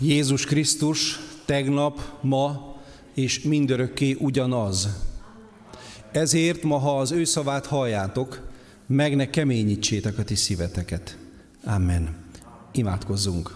Jézus Krisztus tegnap, ma és mindörökké ugyanaz. Ezért ma, ha az ő szavát halljátok, meg ne keményítsétek a ti szíveteket. Amen. Imádkozzunk.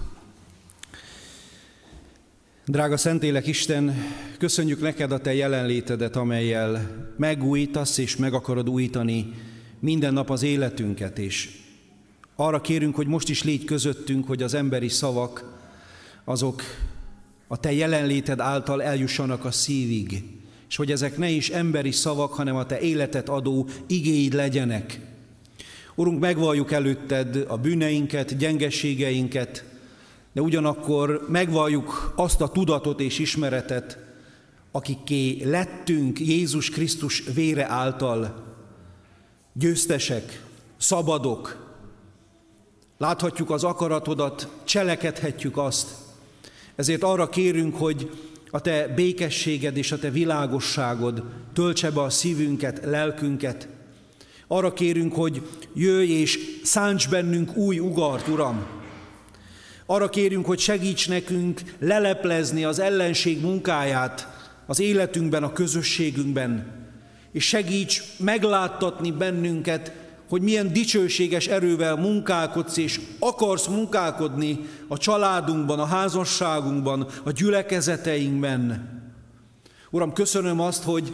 Drága Szentlélek Isten, köszönjük neked a te jelenlétedet, amellyel megújítasz és meg akarod újítani minden nap az életünket, és arra kérünk, hogy most is légy közöttünk, hogy az emberi szavak, azok a te jelenléted által eljussanak a szívig, és hogy ezek ne is emberi szavak, hanem a te életet adó igéid legyenek. Urunk, megvalljuk előtted a bűneinket, gyengeségeinket, de ugyanakkor megvalljuk azt a tudatot és ismeretet, akikké lettünk Jézus Krisztus vére által, győztesek, szabadok, láthatjuk az akaratodat, cselekedhetjük azt. Ezért arra kérünk, hogy a te békességed és a te világosságod töltse be a szívünket, lelkünket. Arra kérünk, hogy jöjj és szánts bennünk új ugart, Uram. Arra kérünk, hogy segíts nekünk leleplezni az ellenség munkáját az életünkben, a közösségünkben, és segíts megláttatni bennünket, hogy milyen dicsőséges erővel munkálkodsz, és akarsz munkálkodni a családunkban, a házasságunkban, a gyülekezeteinkben. Uram, köszönöm azt, hogy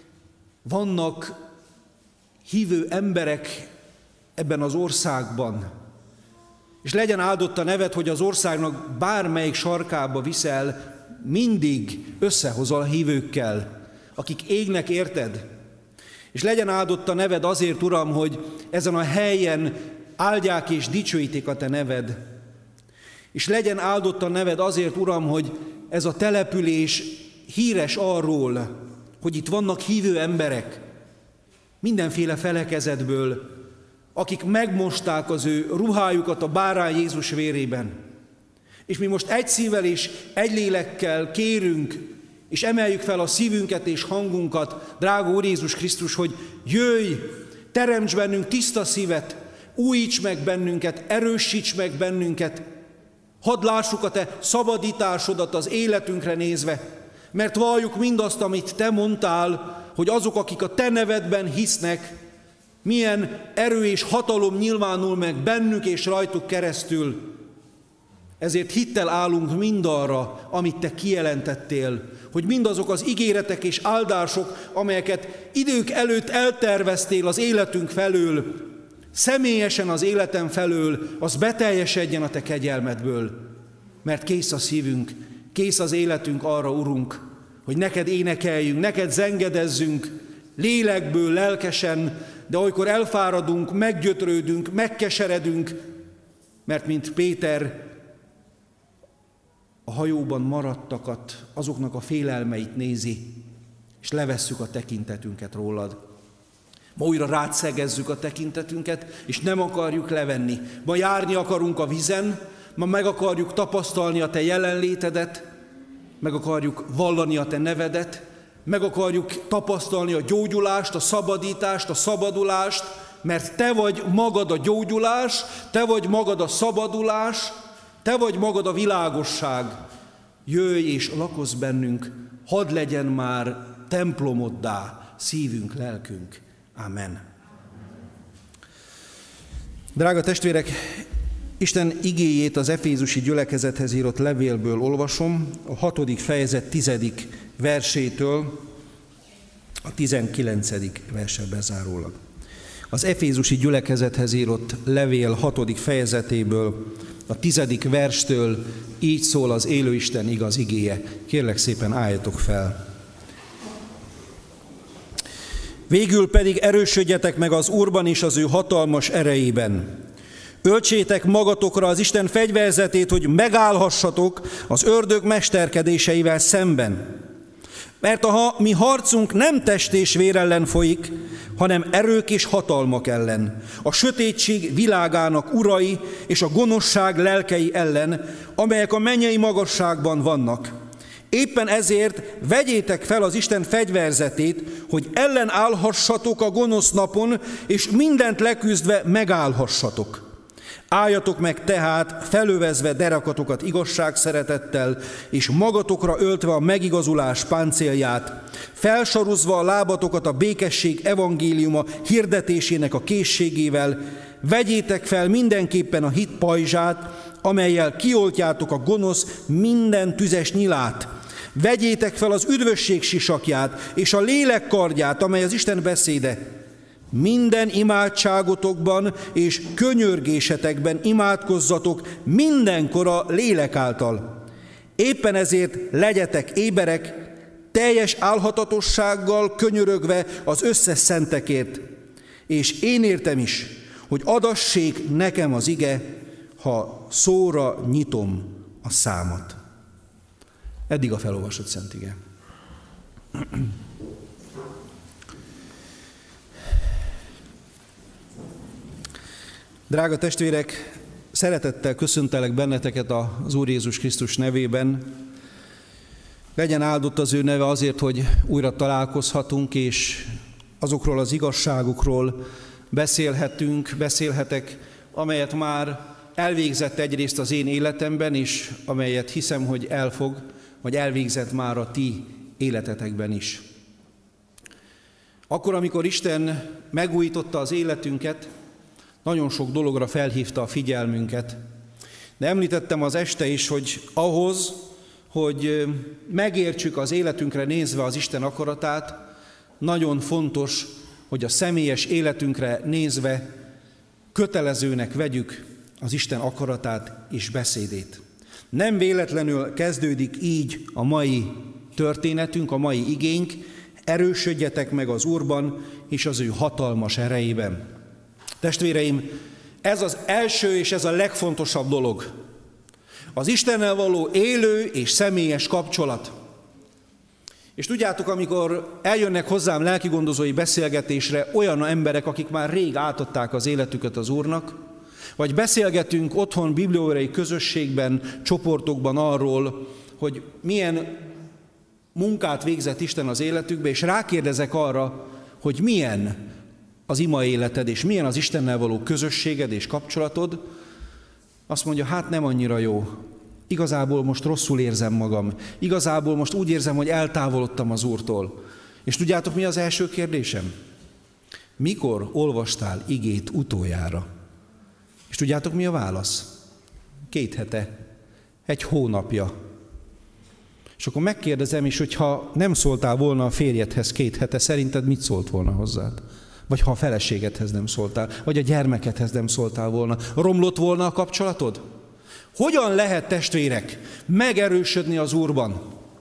vannak hívő emberek ebben az országban, és legyen áldott a neved, hogy az országnak bármelyik sarkába viszel, mindig összehozol hívőkkel, akik égnek érted. És legyen áldott a neved azért, Uram, hogy ezen a helyen áldják és dicsőítik a te neved. És legyen áldott a neved azért, Uram, hogy ez a település híres arról, hogy itt vannak hívő emberek, mindenféle felekezetből, akik megmosták az ő ruhájukat a bárány Jézus vérében. És mi most egy szívvel és egy lélekkel kérünk, és emeljük fel a szívünket és hangunkat, drága Úr Jézus Krisztus, hogy jöjj, teremts bennünk tiszta szívet, újíts meg bennünket, erősíts meg bennünket, hadd lássuk a te szabadításodat az életünkre nézve, mert valljuk mindazt, amit te mondtál, hogy azok, akik a te nevedben hisznek, milyen erő és hatalom nyilvánul meg bennük és rajtuk keresztül. Ezért hittel állunk mindarra, amit te kijelentettél, hogy mindazok az ígéretek és áldások, amelyeket idők előtt elterveztél az életünk felől, személyesen az életem felől, az beteljesedjen a te kegyelmedből. Mert kész a szívünk, kész az életünk arra, Urunk, hogy neked énekeljünk, neked zengedezzünk, lélekből, lelkesen, de olykor elfáradunk, meggyötrődünk, megkeseredünk, mert mint Péter a hajóban maradtakat, azoknak a félelmeit nézi, és levesszük a tekintetünket rólad. Ma újra rád szegezzük a tekintetünket, és nem akarjuk levenni. Ma járni akarunk a vízen, ma meg akarjuk tapasztalni a te jelenlétedet, meg akarjuk vallani a te nevedet, meg akarjuk tapasztalni a gyógyulást, a szabadítást, a szabadulást, mert te vagy magad a gyógyulás, te vagy magad a szabadulás, te vagy magad a világosság. Jöjj és lakozz bennünk, hadd legyen már templomoddá szívünk, lelkünk. Amen. Drága testvérek, Isten igéjét az efézusi gyülekezethez írott levélből olvasom, a 6. fejezet 10. versétől a 19. verse bezárólag. Az efézusi gyülekezethez írott levél 6. fejezetéből, a 10. verstől így szól az élő Isten igaz igéje. Kérlek szépen, álljatok fel. Végül pedig erősödjetek meg az Úrban és az ő hatalmas erejében. Öltsétek magatokra az Isten fegyverzetét, hogy megállhassatok az ördög mesterkedéseivel szemben. Mert a mi harcunk nem test és vér ellen folyik, hanem erők és hatalmak ellen, a sötétség világának urai és a gonoszság lelkei ellen, amelyek a mennyei magasságban vannak. Éppen ezért vegyétek fel az Isten fegyverzetét, hogy ellenállhassatok a gonosz napon, és mindent leküzdve megállhassatok. Álljatok meg tehát, felövezve derekatokat igazság szeretettel, és magatokra öltve a megigazulás páncélját, felsaruzva a lábatokat a békesség evangéliuma hirdetésének a készségével, vegyétek fel mindenképpen a hit pajzsát, amellyel kioltjátok a gonosz minden tüzes nyilát. Vegyétek fel az üdvösség sisakját, és a lélek kardját, amely az Isten beszéde. Minden imádságotokban és könyörgésetekben imádkozzatok mindenkor a lélek által. Éppen ezért legyetek éberek, teljes álhatatossággal könyörögve az összes szentekért. És én értem is, hogy adassék nekem az ige, ha szóra nyitom a számat. Eddig a felolvasott szent ige. Drága testvérek, szeretettel köszöntelek benneteket az Úr Jézus Krisztus nevében. Legyen áldott az ő neve azért, hogy újra találkozhatunk, és azokról az igazságokról beszélhetek, amelyet már elvégzett egyrészt az én életemben, és amelyet hiszem, hogy elvégzett már a ti életetekben is. Akkor, amikor Isten megújította az életünket, nagyon sok dologra felhívta a figyelmünket. De említettem az este is, hogy ahhoz, hogy megértsük az életünkre nézve az Isten akaratát, nagyon fontos, hogy a személyes életünkre nézve kötelezőnek vegyük az Isten akaratát és beszédét. Nem véletlenül kezdődik így a mai történetünk, a mai igénk, erősödjetek meg az Úrban és az ő hatalmas erejében. Testvéreim, ez az első és ez a legfontosabb dolog. Az Istennel való élő és személyes kapcsolat. És tudjátok, amikor eljönnek hozzám lelkigondozói beszélgetésre olyan emberek, akik már rég átadták az életüket az Úrnak, vagy beszélgetünk otthon bibliaórai közösségben, csoportokban arról, hogy milyen munkát végzett Isten az életükbe, és rákérdezek arra, hogy milyen az ima életed, és milyen az Istennel való közösséged és kapcsolatod, azt mondja, hát nem annyira jó. Igazából most rosszul érzem magam. Igazából most úgy érzem, hogy eltávolodtam az Úrtól. És tudjátok, mi az első kérdésem? Mikor olvastál igét utoljára? És tudjátok, mi a válasz? 2 hete, 1 hónapja. És akkor megkérdezem is, hogy ha nem szóltál volna a férjedhez 2 hete, szerinted mit szólt volna hozzád? Vagy ha a feleségedhez nem szóltál, vagy a gyermekedhez nem szóltál volna, romlott volna a kapcsolatod? Hogyan lehet, testvérek, megerősödni az Úrban?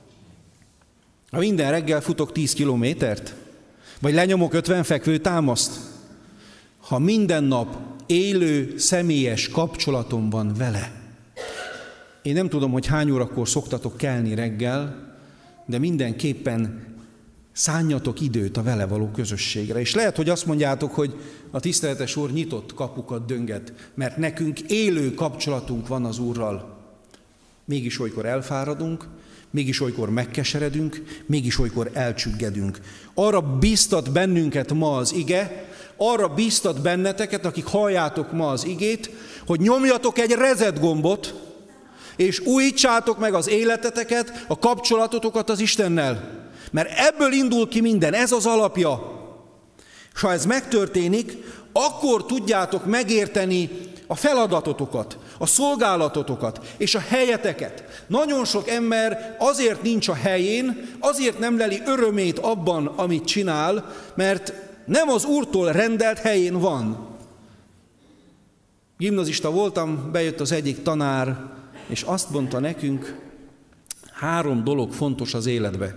Ha minden reggel futok 10 kilométert, vagy lenyomok 50 fekvőtámaszt, ha minden nap élő, személyes kapcsolatom van vele. Én nem tudom, hogy hány órakor szoktatok kelni reggel, de mindenképpen szánjatok időt a vele való közösségre. És lehet, hogy azt mondjátok, hogy a tiszteletes Úr nyitott kapukat dönget, mert nekünk élő kapcsolatunk van az Úrral. Mégis olykor elfáradunk, mégis olykor megkeseredünk, mégis olykor elcsüggedünk. Arra bíztat bennünket ma az ige, arra bíztat benneteket, akik halljátok ma az igét, hogy nyomjatok egy reset gombot, és újítsátok meg az életeteket, a kapcsolatotokat az Istennel. Mert ebből indul ki minden, ez az alapja. És ha ez megtörténik, akkor tudjátok megérteni a feladatotokat, a szolgálatotokat és a helyeteket. Nagyon sok ember azért nincs a helyén, azért nem leli örömét abban, amit csinál, mert nem az Úrtól rendelt helyén van. Gimnazista voltam, bejött az egyik tanár, és azt mondta nekünk, 3 dolog fontos az életbe.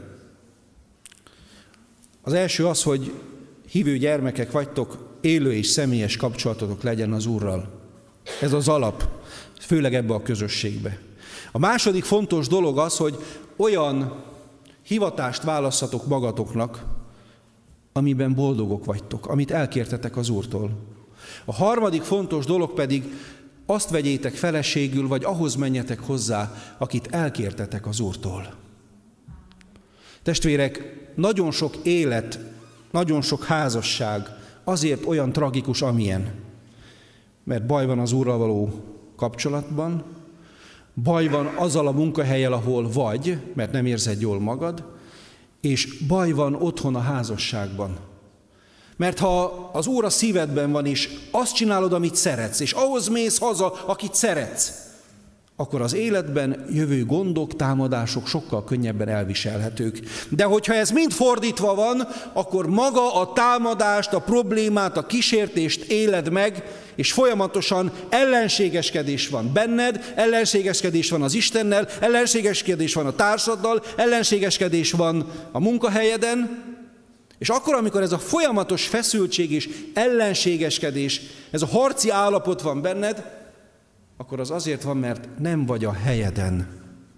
Az első az, hogy hívő gyermekek vagytok, élő és személyes kapcsolatotok legyen az Úrral. Ez az alap, főleg ebbe a közösségbe. A második fontos dolog az, hogy olyan hivatást válasszatok magatoknak, amiben boldogok vagytok, amit elkértetek az Úrtól. A harmadik fontos dolog pedig azt vegyétek feleségül, vagy ahhoz menjetek hozzá, akit elkértetek az Úrtól. Testvérek, nagyon sok élet, nagyon sok házasság azért olyan tragikus, amilyen. mert baj van az Úrral való kapcsolatban, baj van azzal a munkahellyel, ahol vagy, mert nem érzed jól magad, és baj van otthon a házasságban. Mert ha az Úr a szívedben van, és azt csinálod, amit szeretsz, és ahhoz mész haza, akit szeretsz, akkor az életben jövő gondok, támadások sokkal könnyebben elviselhetők. De hogyha ez mind fordítva van, akkor maga a támadást, a problémát, a kísértést éled meg, és folyamatosan ellenségeskedés van benned, ellenségeskedés van az Istennel, ellenségeskedés van a társaddal, ellenségeskedés van a munkahelyeden, és akkor, amikor ez a folyamatos feszültség és ellenségeskedés, ez a harci állapot van benned, akkor az azért van, mert nem vagy a helyeden.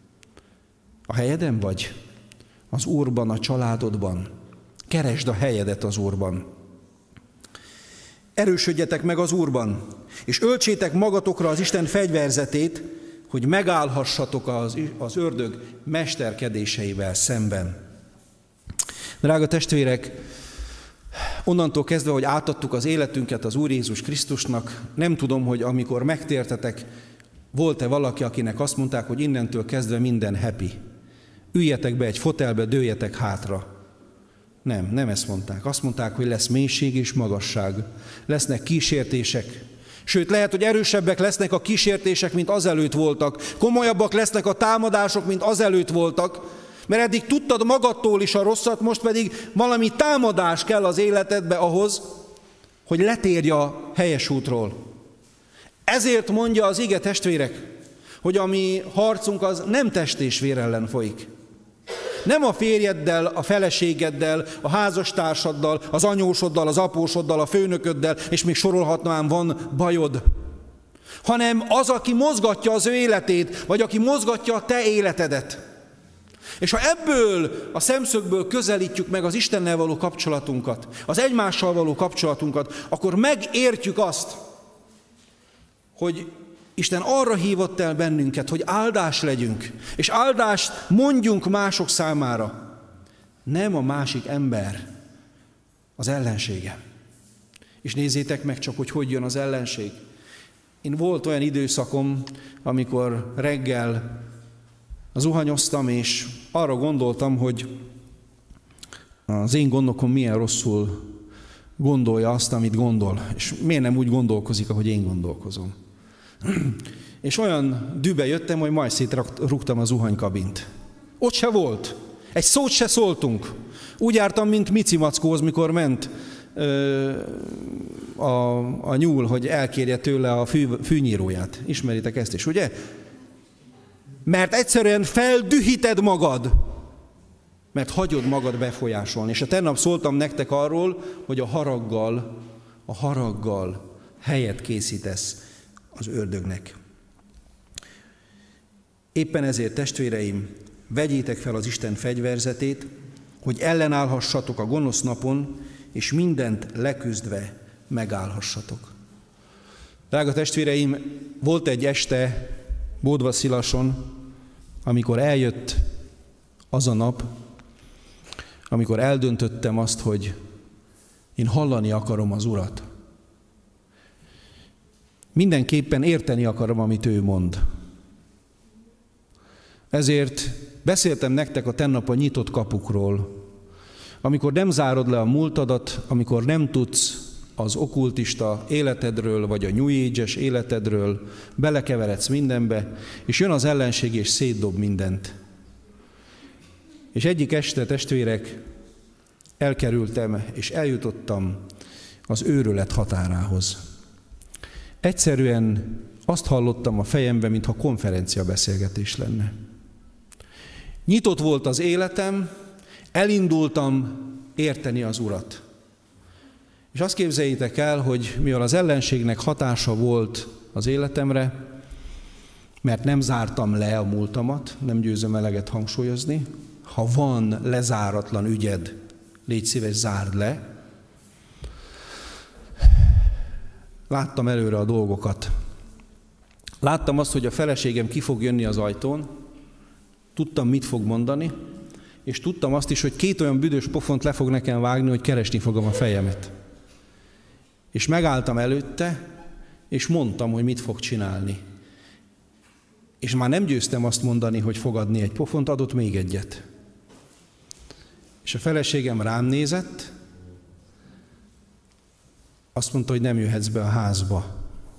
A helyeden vagy? Az Úrban, a családodban. Keresd a helyedet az Úrban. Erősödjetek meg az Úrban, és öltsétek magatokra az Isten fegyverzetét, hogy megállhassatok az ördög mesterkedéseivel szemben. Drága testvérek, onnantól kezdve, hogy átadtuk az életünket az Úr Jézus Krisztusnak, nem tudom, hogy amikor megtértetek, volt-e valaki, akinek azt mondták, hogy innentől kezdve minden happy. Üljetek be egy fotelbe, dőljetek hátra. Nem ezt mondták. Azt mondták, hogy lesz mélység és magasság. Lesznek kísértések. Sőt, lehet, hogy erősebbek lesznek a kísértések, mint azelőtt voltak. Komolyabbak lesznek a támadások, mint azelőtt voltak. Mert eddig tudtad magadtól is a rosszat, most pedig valami támadás kell az életedbe ahhoz, hogy letérj a helyes útról. Ezért mondja az ige, testvérek, hogy a mi harcunk az nem test és vér ellen folyik. Nem a férjeddel, a feleségeddel, a házastársaddal, az anyósoddal, az apósoddal, a főnököddel, és még sorolhatnám, van bajod. Hanem az, aki mozgatja az ő életét, vagy aki mozgatja a te életedet. És ha ebből a szemszögből közelítjük meg az Istennel való kapcsolatunkat, az egymással való kapcsolatunkat, akkor megértjük azt, hogy Isten arra hívott el bennünket, hogy áldás legyünk, és áldást mondjunk mások számára. Nem a másik ember az ellensége. És nézzétek meg csak, hogy jön az ellenség. Én volt olyan időszakom, amikor reggel zuhanyoztam, és arra gondoltam, hogy az én gondokom milyen rosszul gondolja azt, amit gondol, és miért nem úgy gondolkozik, ahogy én gondolkozom. És olyan dühbe jöttem, hogy majd szétrúgtam a zuhanykabint. Ott se volt. Egy szót se szóltunk. Úgy jártam, mint Mici Mackóhoz, mikor ment a nyúl, hogy elkérje tőle a fűnyíróját. Ismeritek ezt is, ugye? Mert egyszerűen feldühíted magad, mert hagyod magad befolyásolni. És tegnap szóltam nektek arról, hogy a haraggal helyet készítesz az ördögnek. Éppen ezért, testvéreim, vegyétek fel az Isten fegyverzetét, hogy ellenállhassatok a gonosz napon, és mindent leküzdve megállhassatok. Drága testvéreim, volt egy este Bódva-Szilason, amikor eljött az a nap, amikor eldöntöttem azt, hogy én hallani akarom az Urat. Mindenképpen érteni akarom, amit ő mond. Ezért beszéltem nektek a tennap a nyitott kapukról. Amikor nem zárod le a múltadat, amikor nem tudsz az okkultista életedről, vagy a New Age-es életedről, belekeveredsz mindenbe, és jön az ellenség, és szétdob mindent. És egyik este, testvérek, elkerültem, és eljutottam az őrület határához. Egyszerűen azt hallottam a fejembe, mintha konferenciabeszélgetés lenne. Nyitott volt az életem, elindultam érteni az Urat. És azt képzeljétek el, hogy mivel az ellenségnek hatása volt az életemre, mert nem zártam le a múltamat, nem győzöm eleget hangsúlyozni, ha van lezáratlan ügyed, légy szíves, zárd le. Láttam előre a dolgokat. Láttam azt, hogy a feleségem ki fog jönni az ajtón, tudtam, mit fog mondani, és tudtam azt is, hogy 2 olyan büdös pofont le fog nekem vágni, hogy keresni fogom a fejemet. És megálltam előtte, és mondtam, hogy mit fog csinálni. És már nem győztem azt mondani, hogy fog adni egy pofont, adott még egyet. És a feleségem rám nézett, azt mondta, hogy nem jöhetsz be a házba.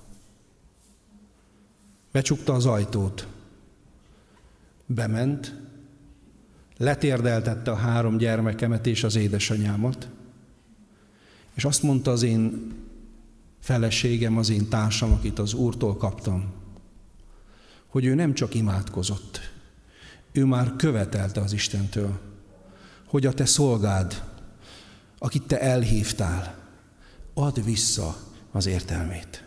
Becsukta az ajtót. Bement, letérdeltette a 3 gyermekemet és az édesanyámat, és azt mondta az én feleségem, az én társam, akit az Úrtól kaptam, hogy ő nem csak imádkozott, ő már követelte az Istentől, hogy a te szolgád, akit te elhívtál, add vissza az értelmét.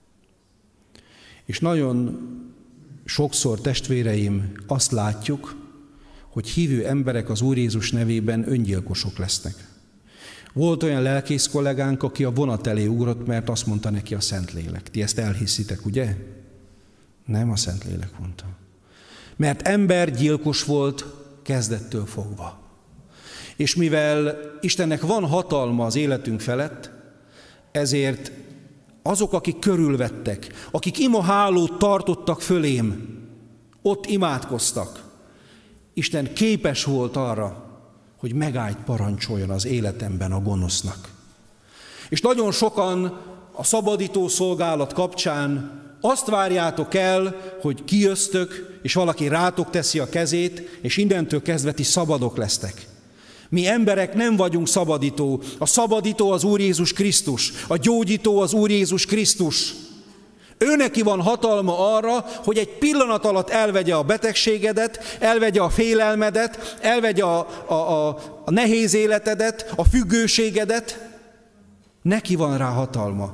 És nagyon sokszor, testvéreim, azt látjuk, hogy hívő emberek az Úr Jézus nevében öngyilkosok lesznek. Volt olyan lelkész kollégánk, aki a vonat elé ugrott, mert azt mondta neki a Szentlélek. Ti ezt elhiszitek, ugye? Nem, a Szentlélek mondta. Mert embergyilkos volt kezdettől fogva. És mivel Istennek van hatalma az életünk felett, ezért azok, akik körülvettek, akik imahálót tartottak fölém, ott imádkoztak. Isten képes volt arra, hogy megállt parancsoljon az életemben a gonosznak. És nagyon sokan a szabadító szolgálat kapcsán azt várjátok el, hogy kijöztök, és valaki rátok teszi a kezét, és innentől kezdve ti szabadok lesztek. Mi emberek nem vagyunk szabadító. A szabadító az Úr Jézus Krisztus. A gyógyító az Úr Jézus Krisztus. Ő neki van hatalma arra, hogy egy pillanat alatt elvegye a betegségedet, elvegye a félelmedet, elvegye a nehéz életedet, a függőségedet. Neki van rá hatalma.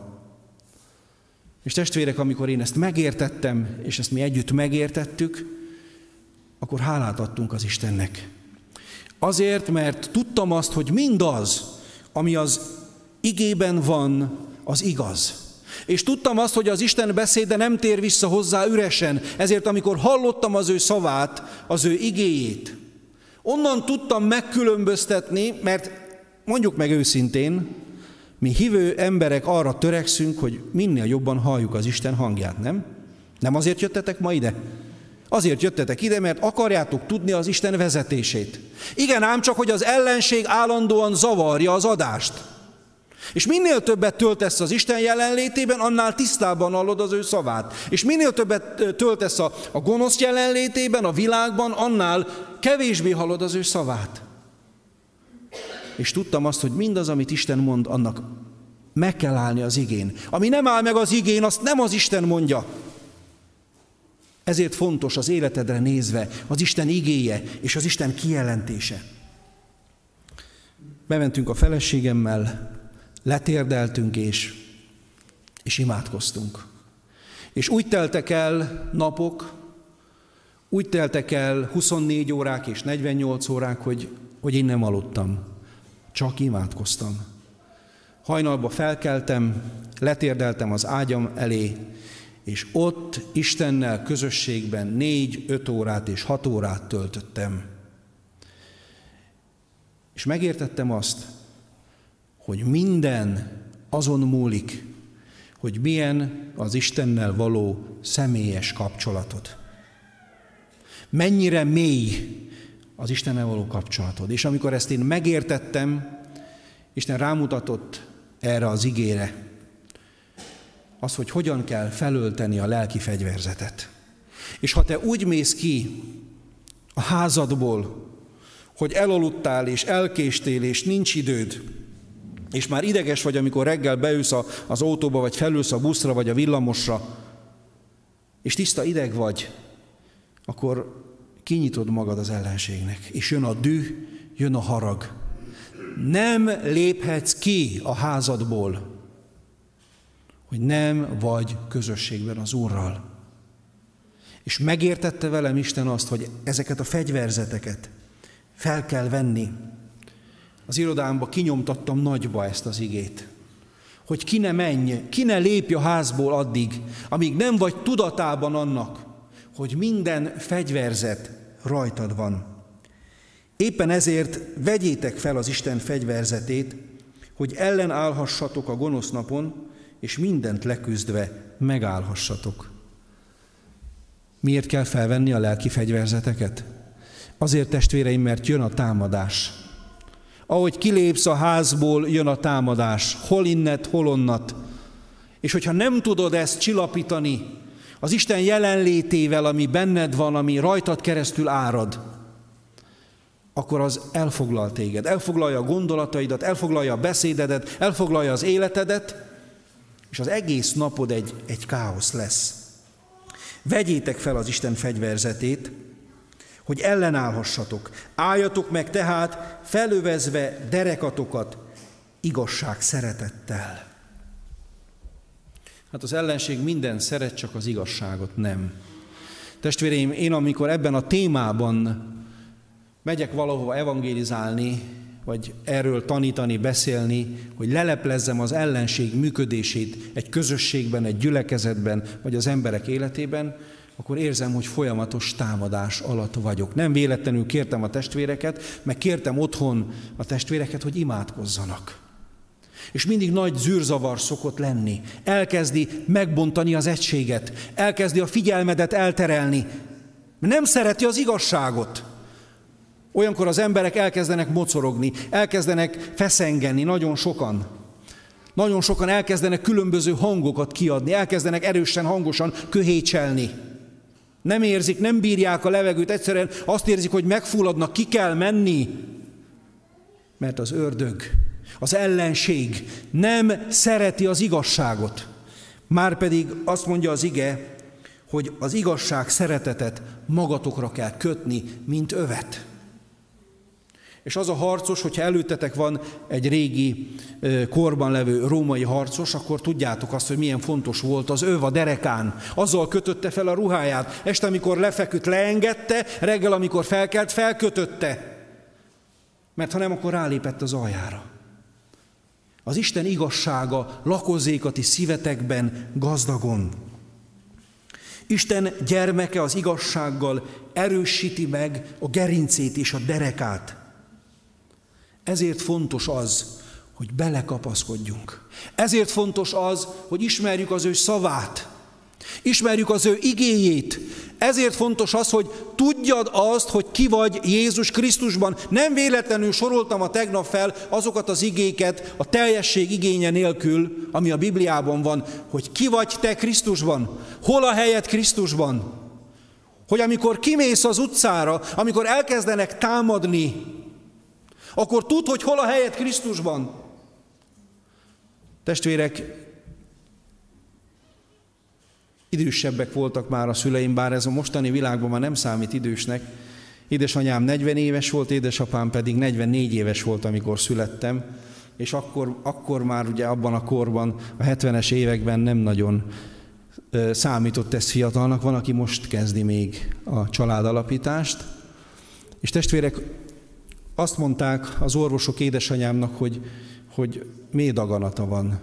És testvérek, amikor én ezt megértettem, és ezt mi együtt megértettük, akkor hálát adtunk az Istennek. Azért, mert tudtam azt, hogy mindaz, ami az igében van, az igaz. És tudtam azt, hogy az Isten beszéde nem tér vissza hozzá üresen, ezért amikor hallottam az ő szavát, az ő igéjét, onnan tudtam megkülönböztetni, mert mondjuk meg őszintén, mi hívő emberek arra törekszünk, hogy minél jobban halljuk az Isten hangját, nem? Nem azért jöttetek ma ide? Azért jöttetek ide, mert akarjátok tudni az Isten vezetését. Igen, ám csak, hogy az ellenség állandóan zavarja az adást. És minél többet töltesz az Isten jelenlétében, annál tisztábban hallod az ő szavát. És minél többet töltesz a gonosz jelenlétében, a világban, annál kevésbé hallod az ő szavát. És tudtam azt, hogy mindaz, amit Isten mond, annak meg kell állni az igén. Ami nem áll meg az igén, azt nem az Isten mondja. Ezért fontos az életedre nézve az Isten igéje és az Isten kijelentése. Bementünk a feleségemmel, letérdeltünk és imádkoztunk. És úgy teltek el napok, úgy teltek el 24 órák és 48 órák, hogy én nem aludtam, csak imádkoztam. Hajnalba felkeltem, letérdeltem az ágyam elé, és ott Istennel közösségben 4, 5 órát és 6 órát töltöttem. És megértettem azt, hogy minden azon múlik, hogy milyen az Istennel való személyes kapcsolatod. Mennyire mély az Istennel való kapcsolatod. És amikor ezt én megértettem, Isten rámutatott erre az igére, az, hogy hogyan kell felölteni a lelki fegyverzetet. És ha te úgy mész ki a házadból, hogy elaludtál és elkéstél és nincs időd, és már ideges vagy, amikor reggel beülsz az autóba, vagy felülsz a buszra, vagy a villamosra, és tiszta ideg vagy, akkor kinyitod magad az ellenségnek, és jön a düh, jön a harag. Nem léphetsz ki a házadból, hogy nem vagy közösségben az Úrral. És megértette velem Isten azt, hogy ezeket a fegyverzeteket fel kell venni. Az irodámba kinyomtattam nagyba ezt az igét, hogy ki ne menj, ki ne lépj a házból addig, amíg nem vagy tudatában annak, hogy minden fegyverzet rajtad van. Éppen ezért vegyétek fel az Isten fegyverzetét, hogy ellenállhassatok a gonosz napon, és mindent leküzdve megállhassatok. Miért kell felvenni a lelki fegyverzeteket? Azért, testvéreim, mert jön a támadás. Ahogy kilépsz a házból, jön a támadás. Hol innent, hol onnat. És hogyha nem tudod ezt csillapítani az Isten jelenlétével, ami benned van, ami rajtad keresztül árad, akkor az elfoglal téged. Elfoglalja a gondolataidat, elfoglalja a beszédedet, elfoglalja az életedet, és az egész napod egy káosz lesz. Vegyétek fel az Isten fegyverzetét, hogy ellenállhassatok. Álljatok meg tehát, felövezve derekatokat igazság szeretettel. Hát az ellenség mindent szeret, csak az igazságot nem. Testvéreim, én amikor ebben a témában megyek valahova evangélizálni, vagy erről tanítani, beszélni, hogy leleplezzem az ellenség működését egy közösségben, egy gyülekezetben, vagy az emberek életében, akkor érzem, hogy folyamatos támadás alatt vagyok. Nem véletlenül kértem a testvéreket, meg kértem otthon a testvéreket, hogy imádkozzanak. És mindig nagy zűrzavar szokott lenni. Elkezdi megbontani az egységet, elkezdi a figyelmedet elterelni. Nem szereti az igazságot. Olyankor az emberek elkezdenek mocorogni, elkezdenek feszengeni, nagyon sokan. Nagyon sokan elkezdenek különböző hangokat kiadni, elkezdenek erősen, hangosan köhécselni. Nem érzik, nem bírják a levegőt, egyszerűen azt érzik, hogy megfulladnak, ki kell menni. Mert az ördög, az ellenség nem szereti az igazságot. Márpedig azt mondja az ige, hogy az igazság szeretetet magatokra kell kötni, mint övet. És az a harcos, hogyha előttetek van egy régi korban levő római harcos, akkor tudjátok azt, hogy milyen fontos volt az öv a derekán. Azzal kötötte fel a ruháját. Este, amikor lefeküdt, leengedte, reggel, amikor felkelt, felkötötte. Mert ha nem, akkor rálépett az aljára. Az Isten igazsága lakozzék a ti szívetekben gazdagon. Isten gyermeke az igazsággal erősíti meg a gerincét és a derekát. Ezért fontos az, hogy belekapaszkodjunk. Ezért fontos az, hogy ismerjük az ő szavát, ismerjük az ő igéjét. Ezért fontos az, hogy tudjad azt, hogy ki vagy Jézus Krisztusban. Nem véletlenül soroltam a tegnap fel azokat az igéket a teljesség igénye nélkül, ami a Bibliában van, hogy ki vagy te Krisztusban, hol a helyed Krisztusban. Hogy amikor kimész az utcára, amikor elkezdenek támadni, akkor tudd, hogy hol a helyed Krisztusban. Testvérek, idősebbek voltak már a szüleim, bár ez a mostani világban már nem számít idősnek. Édesanyám 40 éves volt, édesapám pedig 44 éves volt, amikor születtem, és akkor már ugye abban a korban, a 70-es években nem nagyon számított ez fiatalnak. Van, aki most kezdi még a családalapítást. És testvérek, azt mondták az orvosok édesanyámnak, hogy mély daganata van.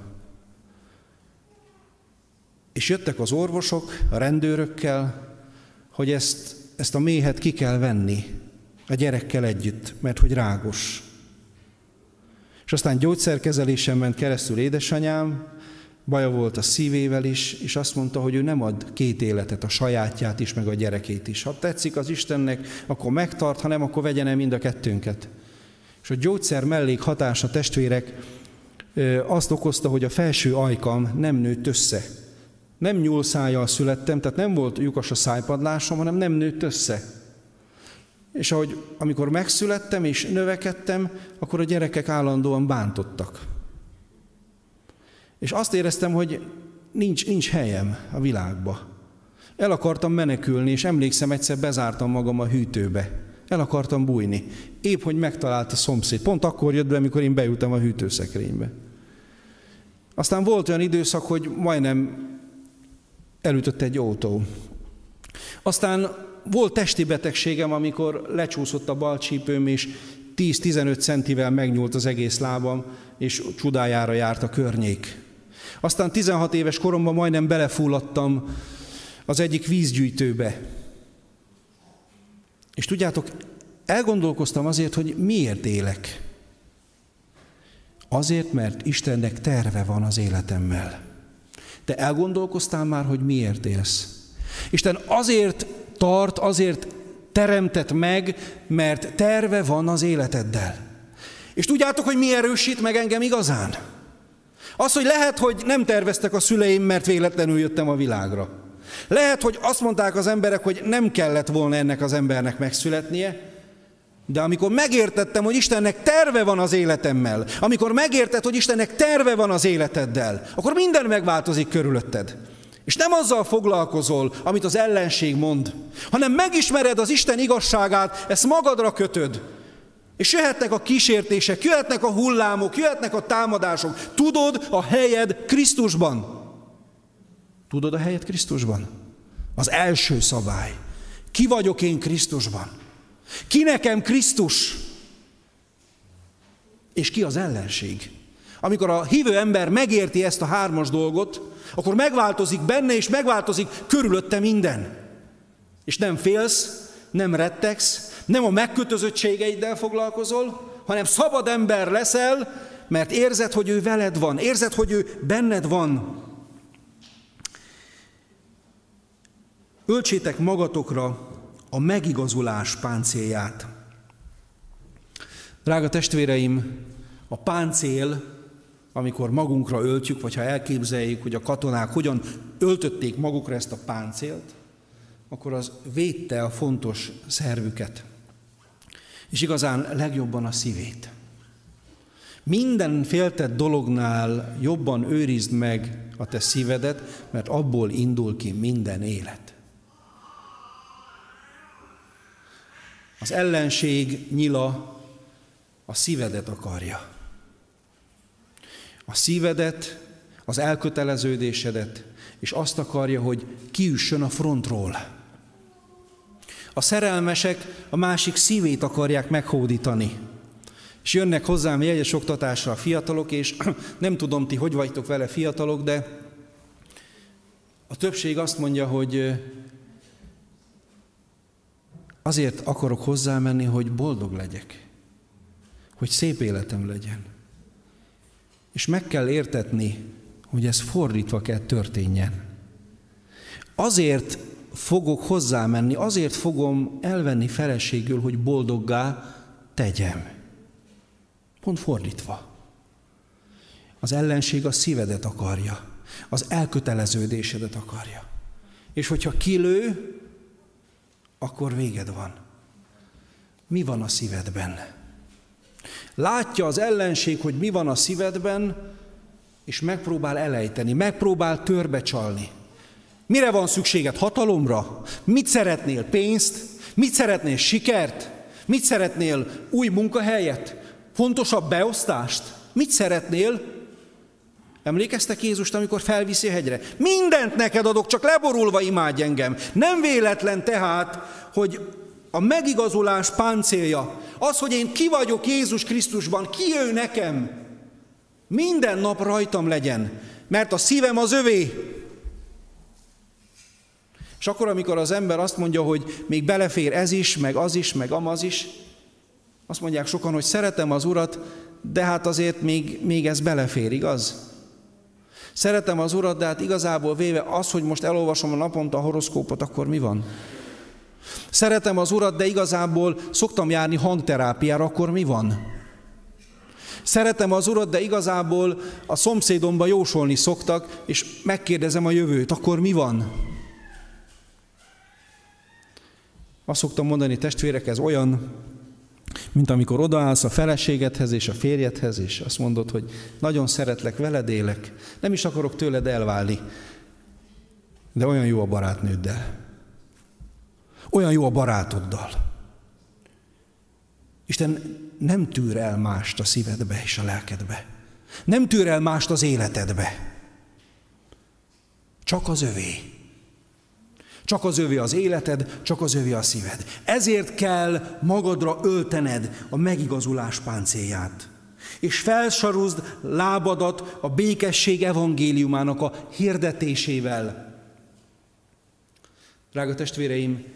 És jöttek az orvosok a rendőrökkel, hogy ezt a méhet ki kell venni a gyerekkel együtt, mert hogy rágos. És aztán gyógyszerkezelésen ment keresztül édesanyám, baja volt a szívével is, és azt mondta, hogy ő nem ad 2 életet, a sajátját is, meg a gyerekét is. Ha tetszik az Istennek, akkor megtart, ha nem, akkor vegyen el mind a kettőnket. És a gyógyszer mellékhatása, testvérek, azt okozta, hogy a felső ajkam nem nőtt össze. Nem nyúlszájjal születtem, tehát nem volt lyukas a szájpadlásom, hanem nem nőtt össze. És amikor megszülettem és növekedtem, akkor a gyerekek állandóan bántottak. És azt éreztem, hogy nincs helyem a világba. El akartam menekülni, és emlékszem, egyszer bezártam magam a hűtőbe. El akartam bújni. Épp, hogy megtalált a szomszéd. Pont akkor jött be, amikor én beültem a hűtőszekrénybe. Aztán volt olyan időszak, hogy majdnem elütött egy autó. Aztán volt testi betegségem, amikor lecsúszott a bal csípőm, és 10-15 centivel megnyúlt az egész lábam, és csodájára járt a környék. Aztán 16 éves koromban majdnem belefulladtam az egyik vízgyűjtőbe. És tudjátok, elgondolkoztam azért, hogy miért élek. Azért, mert Istennek terve van az életemmel. Te elgondolkoztál már, hogy miért élsz? Isten azért tart, azért teremtett meg, mert terve van az életeddel. És tudjátok, hogy mi erősít meg engem igazán? Az, hogy lehet, hogy nem terveztek a szüleim, mert véletlenül jöttem a világra. Lehet, hogy azt mondták az emberek, hogy nem kellett volna ennek az embernek megszületnie, de amikor megértettem, hogy Istennek terve van az életemmel, amikor megérted, hogy Istennek terve van az életeddel, akkor minden megváltozik körülötted. És nem azzal foglalkozol, amit az ellenség mond, hanem megismered az Isten igazságát, ezt magadra kötöd. És jöhetnek a kísértések, jöhetnek a hullámok, jöhetnek a támadások. Tudod a helyed Krisztusban. Tudod a helyed Krisztusban? Az első szabály. Ki vagyok én Krisztusban? Ki nekem Krisztus? És ki az ellenség? Amikor a hívő ember megérti ezt a hármas dolgot, akkor megváltozik benne, és megváltozik körülötte minden. És nem félsz, nem rettegsz, nem a megkötözöttségeiddel foglalkozol, hanem szabad ember leszel, mert érzed, hogy ő veled van, érzed, hogy ő benned van. Öltsétek magatokra a megigazulás páncélját. Drága testvéreim, a páncél, amikor magunkra öltjük, vagy ha elképzeljük, hogy a katonák hogyan öltötték magukra ezt a páncélt, akkor az védte a fontos szervüket, és igazán legjobban a szívét. Minden féltett dolognál jobban őrizd meg a te szívedet, mert abból indul ki minden élet. Az ellenség nyila a szívedet akarja. A szívedet, az elköteleződésedet, és azt akarja, hogy kiüssön a frontról. A szerelmesek a másik szívét akarják meghódítani. És jönnek hozzám jegyes oktatásra a fiatalok, és nem tudom, ti hogy vagytok vele fiatalok, de a többség azt mondja, hogy azért akarok hozzámenni, hogy boldog legyek, hogy szép életem legyen. És meg kell értetni, hogy ez fordítva kell történjen. Azért fogok hozzámenni, azért fogom elvenni feleségül, hogy boldoggá tegyem. Pont fordítva. Az ellenség a szívedet akarja, az elköteleződésedet akarja. És hogyha kilő, akkor véged van. Mi van a szívedben? Látja az ellenség, hogy mi van a szívedben, és megpróbál elejteni, megpróbál törbecsalni. Mire van szükséged? Hatalomra? Mit szeretnél? Pénzt? Mit szeretnél? Sikert? Mit szeretnél? Új munkahelyet? Fontosabb beosztást? Mit szeretnél? Emlékeztek Jézust, amikor felviszi a hegyre? Mindent neked adok, csak leborulva imádj engem. Nem véletlen tehát, hogy a megigazulás páncélja, az, hogy én ki vagyok Jézus Krisztusban, ki ő nekem, minden nap rajtam legyen, mert a szívem az övé. És akkor, amikor az ember azt mondja, hogy még belefér ez is, meg az is, meg amaz is, azt mondják sokan, hogy szeretem az Urat, de hát azért még ez belefér, igaz? Szeretem az Urat, de hát igazából véve az, hogy most elolvasom a naponta a horoszkópot, akkor mi van? Szeretem az Urat, de igazából szoktam járni hangterápiára, akkor mi van? Szeretem az Urat, de igazából a szomszédomba jósolni szoktak, és megkérdezem a jövőt, akkor mi van? Azt szoktam mondani, testvérek, ez olyan, mint amikor odaállsz a feleségedhez és a férjedhez, és azt mondod, hogy nagyon szeretlek, veled élek, nem is akarok tőled elválni, de olyan jó a barátnőddel. Olyan jó a barátoddal. Isten nem tűr el mást a szívedbe és a lelkedbe. Nem tűr el mást az életedbe. Csak az övé. Csak az övé az életed, csak az övé a szíved. Ezért kell magadra öltened a megigazulás páncélját. És felsaruzd lábadat a békesség evangéliumának a hirdetésével. Drága testvéreim,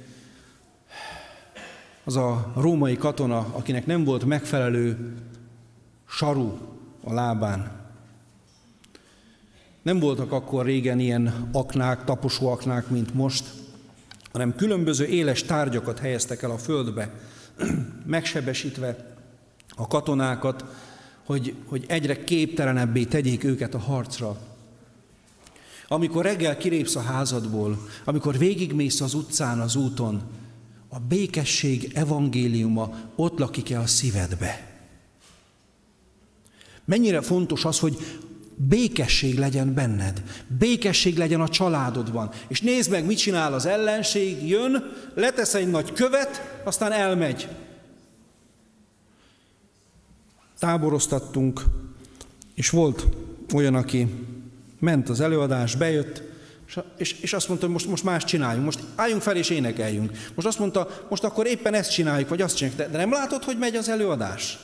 az a római katona, akinek nem volt megfelelő saru a lábán, Nem voltak akkor régen ilyen aknák, taposóaknák, mint most, hanem különböző éles tárgyakat helyeztek el a földbe, megsebesítve a katonákat, hogy egyre képtelenebbé tegyék őket a harcra. Amikor reggel kilépsz a házadból, amikor végigmész az utcán, az úton, a békesség evangéliuma ott lakik-e a szívedbe? Mennyire fontos az, hogy békesség legyen benned, békesség legyen a családodban. És nézd meg, mit csinál az ellenség, jön, letesz egy nagy követ, aztán elmegy. Táboroztattunk, és volt olyan, aki ment az előadás, bejött, és azt mondta, hogy most más csináljunk, most álljunk fel és énekeljünk. Most azt mondta, most akkor éppen ezt csináljuk, vagy azt csináljuk, de nem látod, hogy megy az előadás?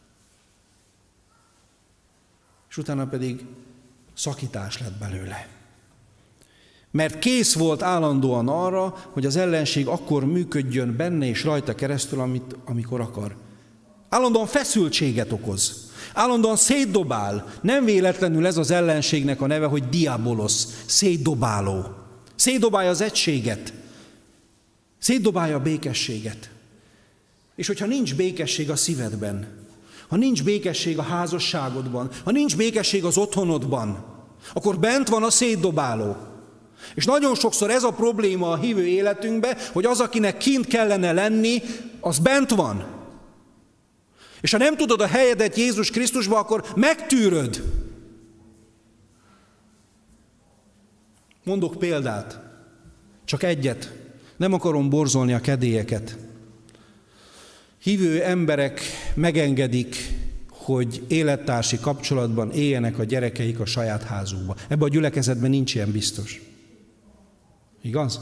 És utána pedig szakítás lett belőle. Mert kész volt állandóan arra, hogy az ellenség akkor működjön benne és rajta keresztül, amikor akar. Állandóan feszültséget okoz. Állandóan szétdobál. Nem véletlenül ez az ellenségnek a neve, hogy diabolosz, szétdobáló. Szétdobálja az egységet. Szétdobálja a békességet. És hogyha nincs békesség a szívedben, ha nincs békesség a házasságodban, ha nincs békesség az otthonodban, akkor bent van a szétdobáló. És nagyon sokszor ez a probléma a hívő életünkben, hogy az, akinek kint kellene lenni, az bent van. És ha nem tudod a helyedet Jézus Krisztusba, akkor megtűröd. Mondok példát, csak egyet, nem akarom borzolni a kedélyeket. Hívő emberek megengedik, hogy élettársi kapcsolatban éljenek a gyerekeik a saját házukba. Ebben a gyülekezetben nincs ilyen biztos. Igaz?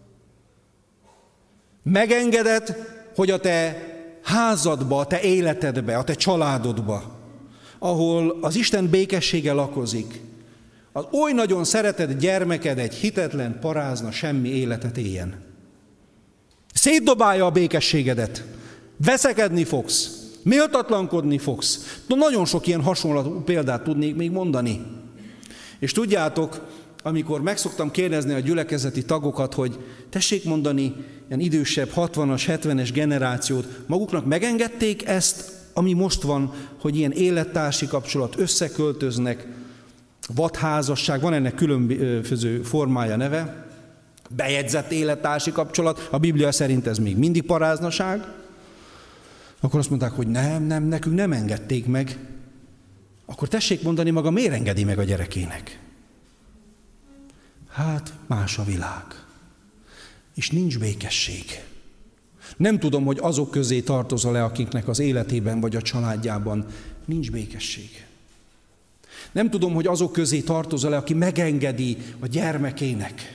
Megengeded, hogy a te házadba, a te életedbe, a te családodba, ahol az Isten békessége lakozik, az oly nagyon szeretett gyermeked egy hitetlen, parázna, semmi életet éljen. Szétdobálja a békességedet, veszekedni fogsz, méltatlankodni fogsz. Nagyon sok ilyen hasonló példát tudnék még mondani. És tudjátok, amikor megszoktam kérdezni a gyülekezeti tagokat, hogy tessék mondani, ilyen idősebb 60-as, 70-es generációt, maguknak megengedték ezt, ami most van, hogy ilyen élettársi kapcsolat, összeköltöznek, vadházasság, van ennek különböző formája, neve, bejegyzett élettársi kapcsolat, a Biblia szerint ez még mindig paráznaság, akkor azt mondták, hogy nem, nekünk nem engedték meg. Akkor tessék mondani maga, miért engedi meg a gyerekének? Hát más a világ. És nincs békesség. Nem tudom, hogy azok közé tartozol-e, akiknek az életében vagy a családjában nincs békesség. Nem tudom, hogy azok közé tartozol-e, aki megengedi a gyermekének,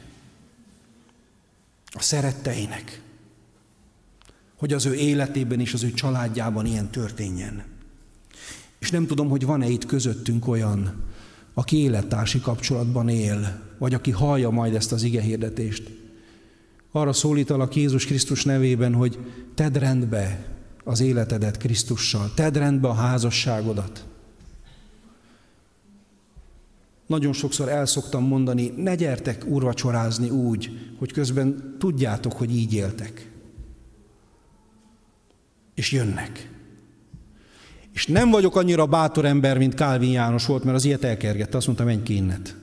a szeretteinek, hogy az ő életében és az ő családjában ilyen történjen. És nem tudom, hogy van-e itt közöttünk olyan, aki élettársi kapcsolatban él, vagy aki hallja majd ezt az igehirdetést. Arra szólítalak Jézus Krisztus nevében, hogy tedd rendbe az életedet Krisztussal, tedd rendbe a házasságodat. Nagyon sokszor el szoktam mondani, ne gyertek úrvacsorázni úgy, hogy közben tudjátok, hogy így éltek. És jönnek. És nem vagyok annyira bátor ember, mint Kálvin János volt, mert az ilyet elkergette, azt mondta, menj ki innet.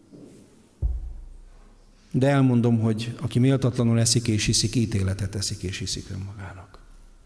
De elmondom, hogy aki méltatlanul eszik és hiszik, ítéletet eszik és hiszik önmagának.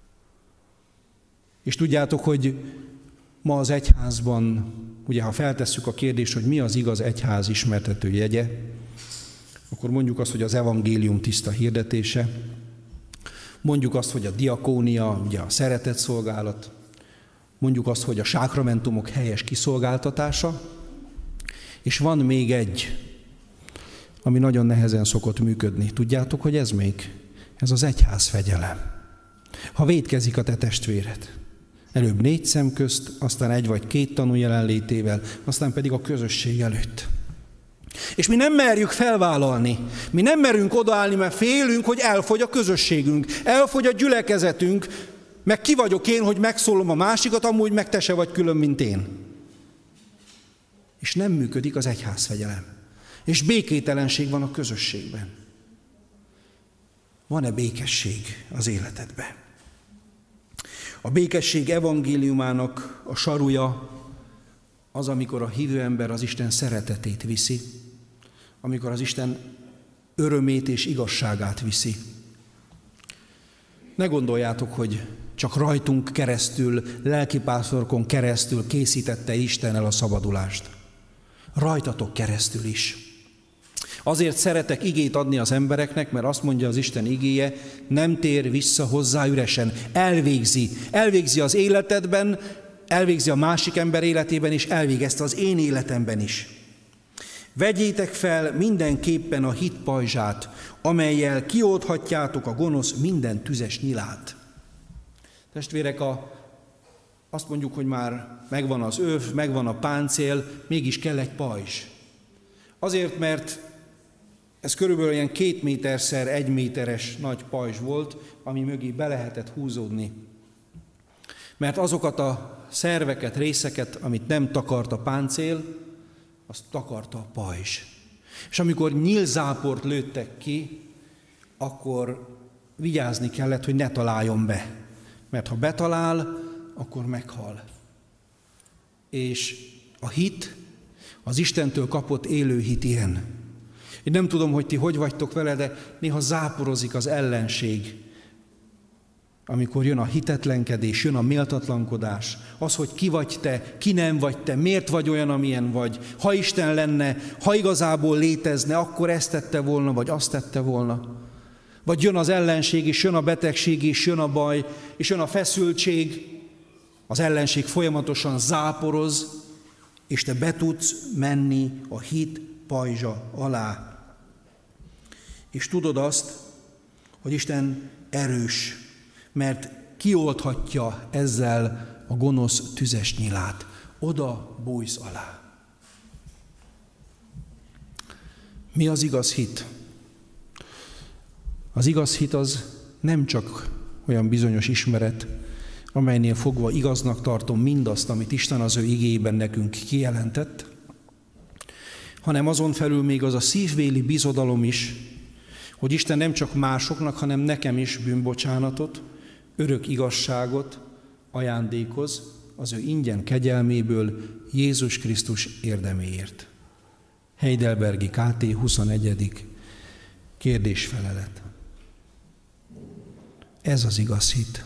És tudjátok, hogy ma az egyházban, ugye ha feltesszük a kérdést, hogy mi az igaz egyház ismertető jegye, akkor mondjuk azt, hogy az evangélium tiszta hirdetése, mondjuk azt, hogy a diakónia, ugye a szeretetszolgálat, mondjuk azt, hogy a sákramentumok helyes kiszolgáltatása, és van még egy, ami nagyon nehezen szokott működni. Tudjátok, hogy ez még? Ez az egyház fegyelem. Ha vétkezik a te testvéred, előbb 4 szem közt, aztán 1 vagy 2 tanú jelenlétével, aztán pedig a közösség előtt. És mi nem merjük felvállalni, mi nem merünk odaállni, mert félünk, hogy elfogy a közösségünk, elfogy a gyülekezetünk, meg ki vagyok én, hogy megszólom a másikat, amúgy meg te se vagy külön, mint én. és nem működik az egyházfegyelem. És békételenség van a közösségben. Van-e békesség az életedben? A békesség evangéliumának a sarúja az, amikor a hívő ember az Isten szeretetét viszi, amikor az Isten örömét és igazságát viszi. Ne gondoljátok, hogy csak rajtunk keresztül, lelkipásztorokon keresztül készítette Isten el a szabadulást. Rajtatok keresztül is. Azért szeretek igét adni az embereknek, mert azt mondja az Isten igéje, nem tér vissza hozzá üresen. Elvégzi az életedben, elvégzi a másik ember életében, és elvégezte az én életemben is. Vegyétek fel mindenképpen a hit pajzsát, amellyel kioldhatjátok a gonosz minden tüzes nyilát. Testvérek, azt mondjuk, hogy már megvan az öv, megvan a páncél, mégis kell egy pajzs. Azért, mert ez körülbelül ilyen 2 méterszer 1 méteres nagy pajzs volt, ami mögé be lehetett húzódni. Mert azokat a szerveket, részeket, amit nem takart a páncél, azt takarta a pajzs. És amikor nyílzáport lőttek ki, akkor vigyázni kellett, hogy ne találjon be. Mert ha betalál, akkor meghal. És a hit, az Istentől kapott élő hit ilyen. Én nem tudom, hogy ti hogy vagytok vele, de néha záporozik az ellenség. Amikor jön a hitetlenkedés, jön a méltatlankodás, az, hogy ki vagy te, ki nem vagy te, miért vagy olyan, amilyen vagy. Ha Isten lenne, ha igazából létezne, akkor ezt tette volna, vagy azt tette volna. Vagy jön az ellenség, és jön a betegség, és jön a baj, és jön a feszültség. Az ellenség folyamatosan záporoz, és te be tudsz menni a hit pajzsa alá. És tudod azt, hogy Isten erős, mert kioldhatja ezzel a gonosz tüzes nyilát. Oda bújsz alá. Mi az igaz hit? Az igaz hit az nem csak olyan bizonyos ismeret, amelynél fogva igaznak tartom mindazt, amit Isten az ő igéjében nekünk kijelentett, hanem azon felül még az a szívvéli bizodalom is, hogy Isten nem csak másoknak, hanem nekem is bűnbocsánatot, örök igazságot ajándékoz az ő ingyen kegyelméből Jézus Krisztus érdeméért. Heidelbergi KT 21. kérdésfelelet. Ez az igaz hit.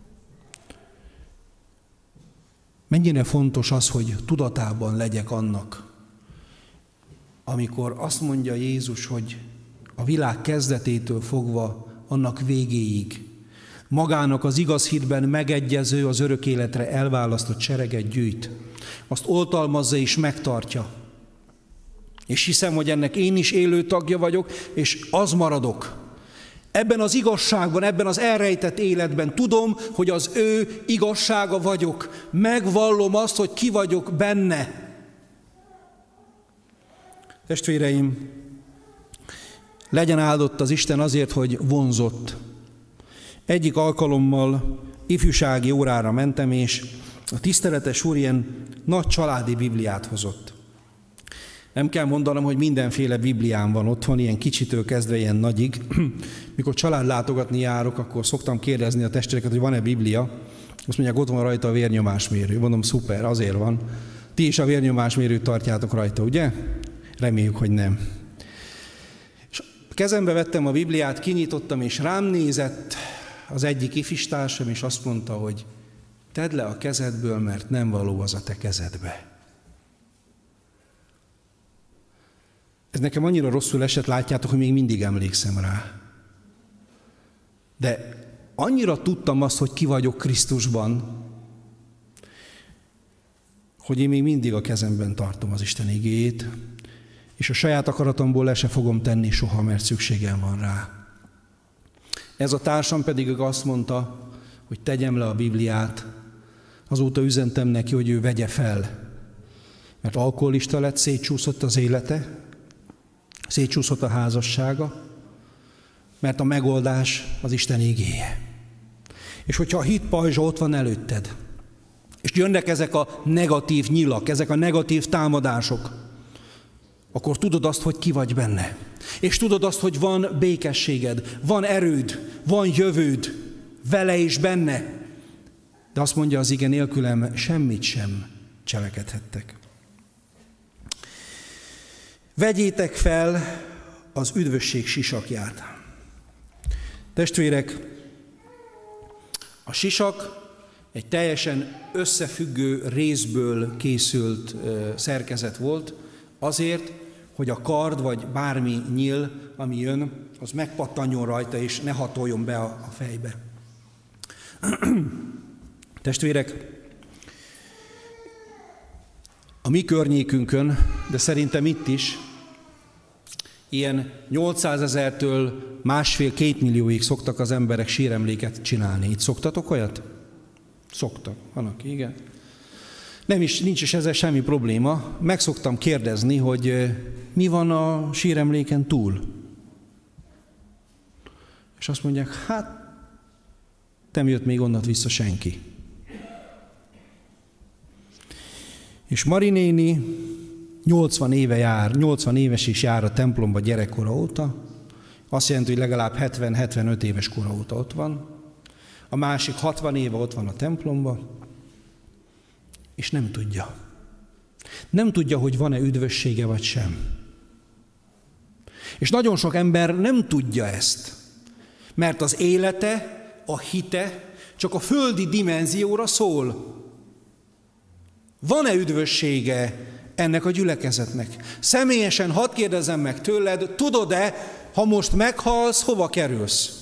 Mennyire fontos az, hogy tudatában legyek annak, amikor azt mondja Jézus, hogy a világ kezdetétől fogva annak végéig magának az igaz hitben megegyező, az örök életre elválasztott sereget gyűjt. Azt oltalmazza és megtartja. És hiszem, hogy ennek én is élő tagja vagyok, és az maradok. Ebben az igazságban, ebben az elrejtett életben tudom, hogy az ő igazsága vagyok. Megvallom azt, hogy ki vagyok benne. Testvéreim, legyen áldott az Isten azért, hogy vonzott. Egyik alkalommal ifjúsági órára mentem, és a tiszteletes úr ilyen nagy családi bibliát hozott. Nem kell mondanom, hogy mindenféle bibliám van otthon, ilyen kicsitől kezdve ilyen nagyig. Mikor családlátogatni járok, akkor szoktam kérdezni a testvéreket, hogy van-e biblia. Azt mondják, ott van rajta a vérnyomásmérő. Mondom, szuper, azért van. Ti is a vérnyomásmérőt tartjátok rajta, ugye? Reméljük, hogy nem. És kezembe vettem a bibliát, kinyitottam, és rám nézett az egyik ifistársam, és azt mondta, hogy tedd le a kezedből, mert nem való az a te kezedbe. Ez nekem annyira rosszul esett, látjátok, hogy még mindig emlékszem rá. De annyira tudtam azt, hogy ki vagyok Krisztusban, hogy én még mindig a kezemben tartom az Isten igéjét, és a saját akaratomból le se fogom tenni soha, mert szükségem van rá. Ez a társam pedig azt mondta, hogy tegyem le a Bibliát. Azóta üzentem neki, hogy ő vegye fel. Mert alkoholista lett, szétcsúszott az élete, szétcsúszott a házassága, mert a megoldás az Isten igéje. És hogyha a hit pajzsa ott van előtted, és jönnek ezek a negatív nyilak, ezek a negatív támadások, akkor tudod azt, hogy ki vagy benne. És tudod azt, hogy van békességed, van erőd, van jövőd, vele és benne. De azt mondja az ige, nélkülem semmit sem cselekedhettek. Vegyétek fel az üdvösség sisakját. Testvérek, a sisak egy teljesen összefüggő részből készült szerkezet volt, azért, hogy a kard vagy bármi nyíl, ami jön, az megpattanjon rajta, és ne hatoljon be a fejbe. Testvérek, a mi környékünkön, de szerintem itt is, ilyen 800 000-től 1,5-2 millióig szoktak az emberek síremléket csinálni. Itt szoktatok olyat? Szoktak. Van, aki, igen. Nincs is ezzel semmi probléma. Meg szoktam kérdezni, hogy mi van a síremléken túl. És azt mondják, hát nem jött még onnan vissza senki. És Mari néni 80 éves is jár a templomba gyerekkora óta. Azt jelenti, hogy legalább 70-75 éves kora óta ott van. A másik 60 éve ott van a templomba, és nem tudja. Nem tudja, hogy van-e üdvössége vagy sem. És nagyon sok ember nem tudja ezt, mert az élete, a hite csak a földi dimenzióra szól. Van-e üdvössége ennek a gyülekezetnek? Személyesen hadd kérdezem meg tőled, tudod-e, ha most meghalsz, hova kerülsz?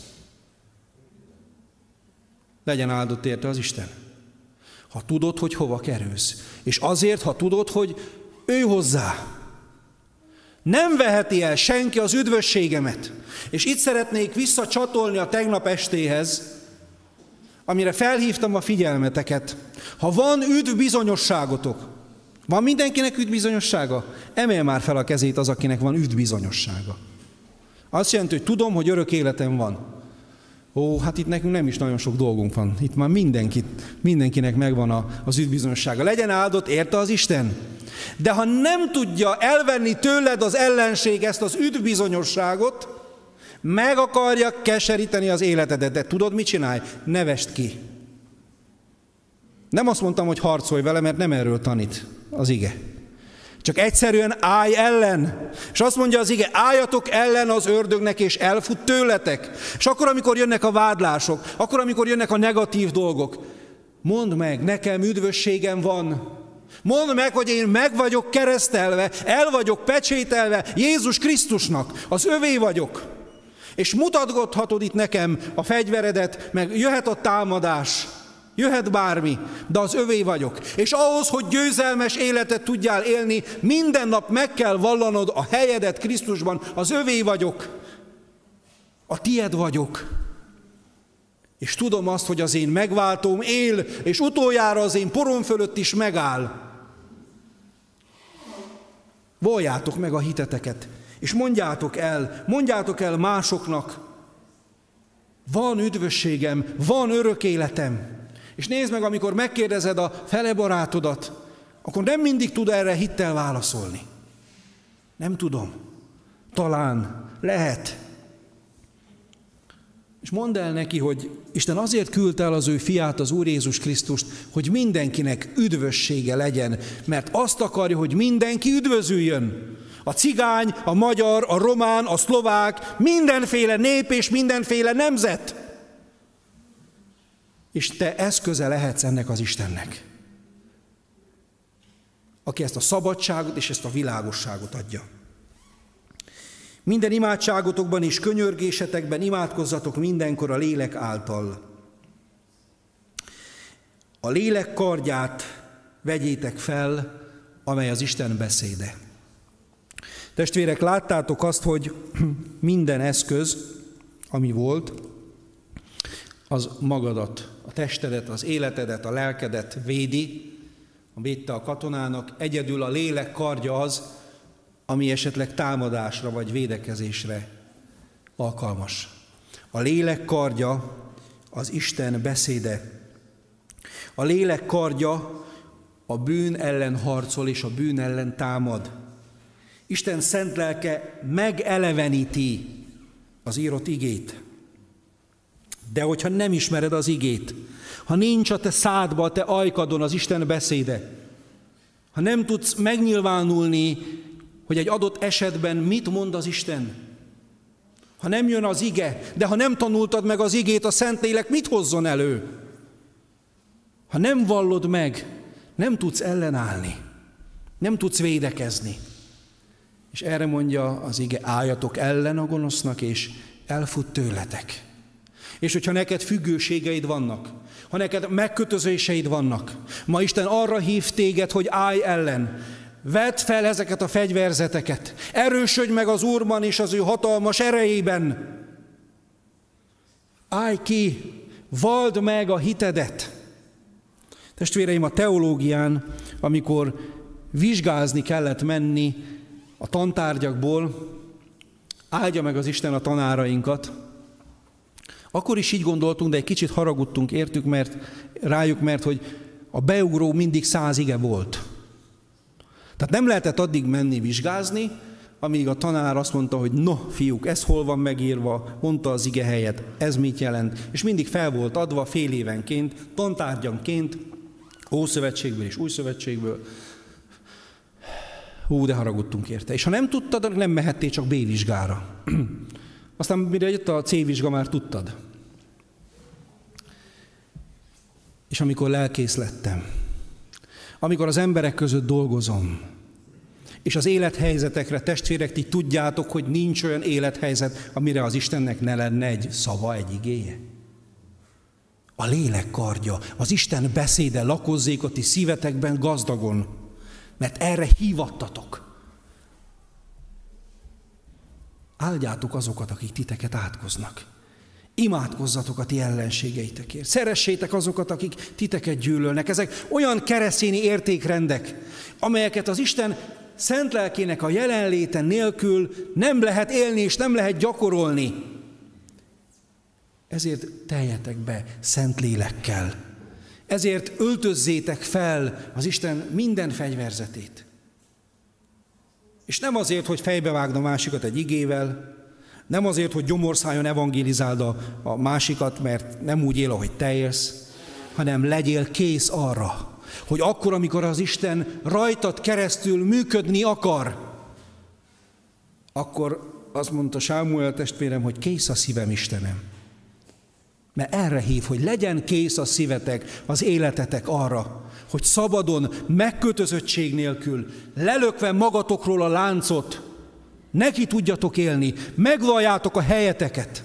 Legyen áldott érte az Isten. Ha tudod, hogy hova kerülsz. És azért, ha tudod, hogy ő hozzá. Nem veheti el senki az üdvösségemet. És itt szeretnék visszacsatolni a tegnap estéhez, amire felhívtam a figyelmeteket. Ha van üdvbizonyosságotok, van mindenkinek üdvbizonyossága? Emelj már fel a kezét az, akinek van üdvbizonyossága. Azt jelenti, hogy tudom, hogy örök életem van. Ó, hát itt nekünk nem is nagyon sok dolgunk van. Itt már mindenkinek megvan az üdvbizonyossága. Legyen áldott érte az Isten. De ha nem tudja elvenni tőled az ellenség ezt az üdvbizonyosságot, meg akarja keseríteni az életedet. De tudod, mit csinálj? Ne vesd ki. Nem azt mondtam, hogy harcolj vele, mert nem erről tanít az ige. Csak egyszerűen állj ellen. És azt mondja az ige, álljatok ellen az ördögnek, és elfut tőletek. És akkor, amikor jönnek a vádlások, akkor, amikor jönnek a negatív dolgok, mondd meg, nekem üdvösségem van. Mondd meg, hogy én meg vagyok keresztelve, el vagyok pecsételve Jézus Krisztusnak, az övé vagyok. És mutatgathatod itt nekem a fegyveredet, meg jöhet a támadás, jöhet bármi, de az övé vagyok. És ahhoz, hogy győzelmes életet tudjál élni, minden nap meg kell vallanod a helyedet Krisztusban, az övé vagyok, a tied vagyok. És tudom azt, hogy az én megváltóm él, és utoljára az én porom fölött is megáll. Valljátok meg a hiteteket, és mondjátok el másoknak, van üdvösségem, van örök életem. És nézd meg, amikor megkérdezed a fele barátodat, akkor nem mindig tud erre hittel válaszolni. Nem tudom. Talán, lehet. És mondd el neki, hogy Isten azért küldte el az ő fiát, az Úr Jézus Krisztust, hogy mindenkinek üdvössége legyen, mert azt akarja, hogy mindenki üdvözüljön. A cigány, a magyar, a román, a szlovák, mindenféle nép és mindenféle nemzet. És te eszköze lehetsz ennek az Istennek, aki ezt a szabadságot és ezt a világosságot adja. Minden imádságotokban és könyörgésetekben imádkozzatok mindenkor a lélek által. A lélek kardját vegyétek fel, amely az Isten beszéde. Testvérek, láttátok azt, hogy minden eszköz, ami volt, az magadat, a testedet, az életedet, a lelkedet védi, védte a katonának, egyedül a lélek kardja az, ami esetleg támadásra vagy védekezésre alkalmas. A lélek kardja az Isten beszéde. A lélek kardja a bűn ellen harcol és a bűn ellen támad. Isten szent lelke megeleveníti az írott igét. De hogyha nem ismered az igét, ha nincs a te szádba, a te ajkadon az Isten beszéde, ha nem tudsz megnyilvánulni, hogy egy adott esetben mit mond az Isten, ha nem jön az ige, de ha nem tanultad meg az igét, a Szentlélek mit hozzon elő? Ha nem vallod meg, nem tudsz ellenállni, nem tudsz védekezni. És erre mondja az ige, álljatok ellen a gonosznak, és elfut tőletek. És hogyha neked függőségeid vannak, ha neked megkötözéseid vannak, ma Isten arra hív téged, hogy állj ellen. Vedd fel ezeket a fegyverzeteket. Erősödj meg az Úrban és az ő hatalmas erejében. Állj ki, valld meg a hitedet. Testvéreim, a teológián, amikor vizsgázni kellett menni a tantárgyakból, áldja meg az Isten a tanárainkat, akkor is így gondoltunk, de egy kicsit haragudtunk értük, rájuk, mert hogy a beugró mindig 100 ige volt. Tehát nem lehetett addig menni vizsgázni, amíg a tanár azt mondta, hogy no, fiúk, ez hol van megírva, mondta az ige helyet, ez mit jelent, és mindig fel volt adva fél évenként, tantárgyanként, Ószövetségből és Új Szövetségből. De haragudtunk érte. És ha nem tudtad, nem mehettél csak B-vizsgára. Aztán mire jött a C-vizsga, már tudtad. És amikor lelkész lettem, amikor az emberek között dolgozom, és az élethelyzetekre, testvérek, ti tudjátok, hogy nincs olyan élethelyzet, amire az Istennek ne lenne egy szava, egy igéje. A lélek kardja, az Isten beszéde lakozzék a ti szívetekben gazdagon, mert erre hívattatok. Áldjátok azokat, akik titeket átkoznak. Imádkozzatok a ti ellenségeitekért. Szeressétek azokat, akik titeket gyűlölnek. Ezek olyan keresztényi értékrendek, amelyeket az Isten szent lelkének a jelenléte nélkül nem lehet élni és nem lehet gyakorolni. Ezért teljetek be szent lélekkel. Ezért öltözzétek fel az Isten minden fegyverzetét. És nem azért, hogy fejbevágd a másikat egy igével, nem azért, hogy gyomorszájon evangélizáld a másikat, mert nem úgy él, ahogy te élsz, hanem legyél kész arra, hogy akkor, amikor az Isten rajtad keresztül működni akar, akkor azt mondta Sámuel testvérem, hogy kész a szívem, Istenem. Mert erre hív, hogy legyen kész a szívetek, az életetek arra, hogy szabadon, megkötözöttség nélkül, lelökve magatokról a láncot, neki tudjatok élni, megvalljátok a helyeteket.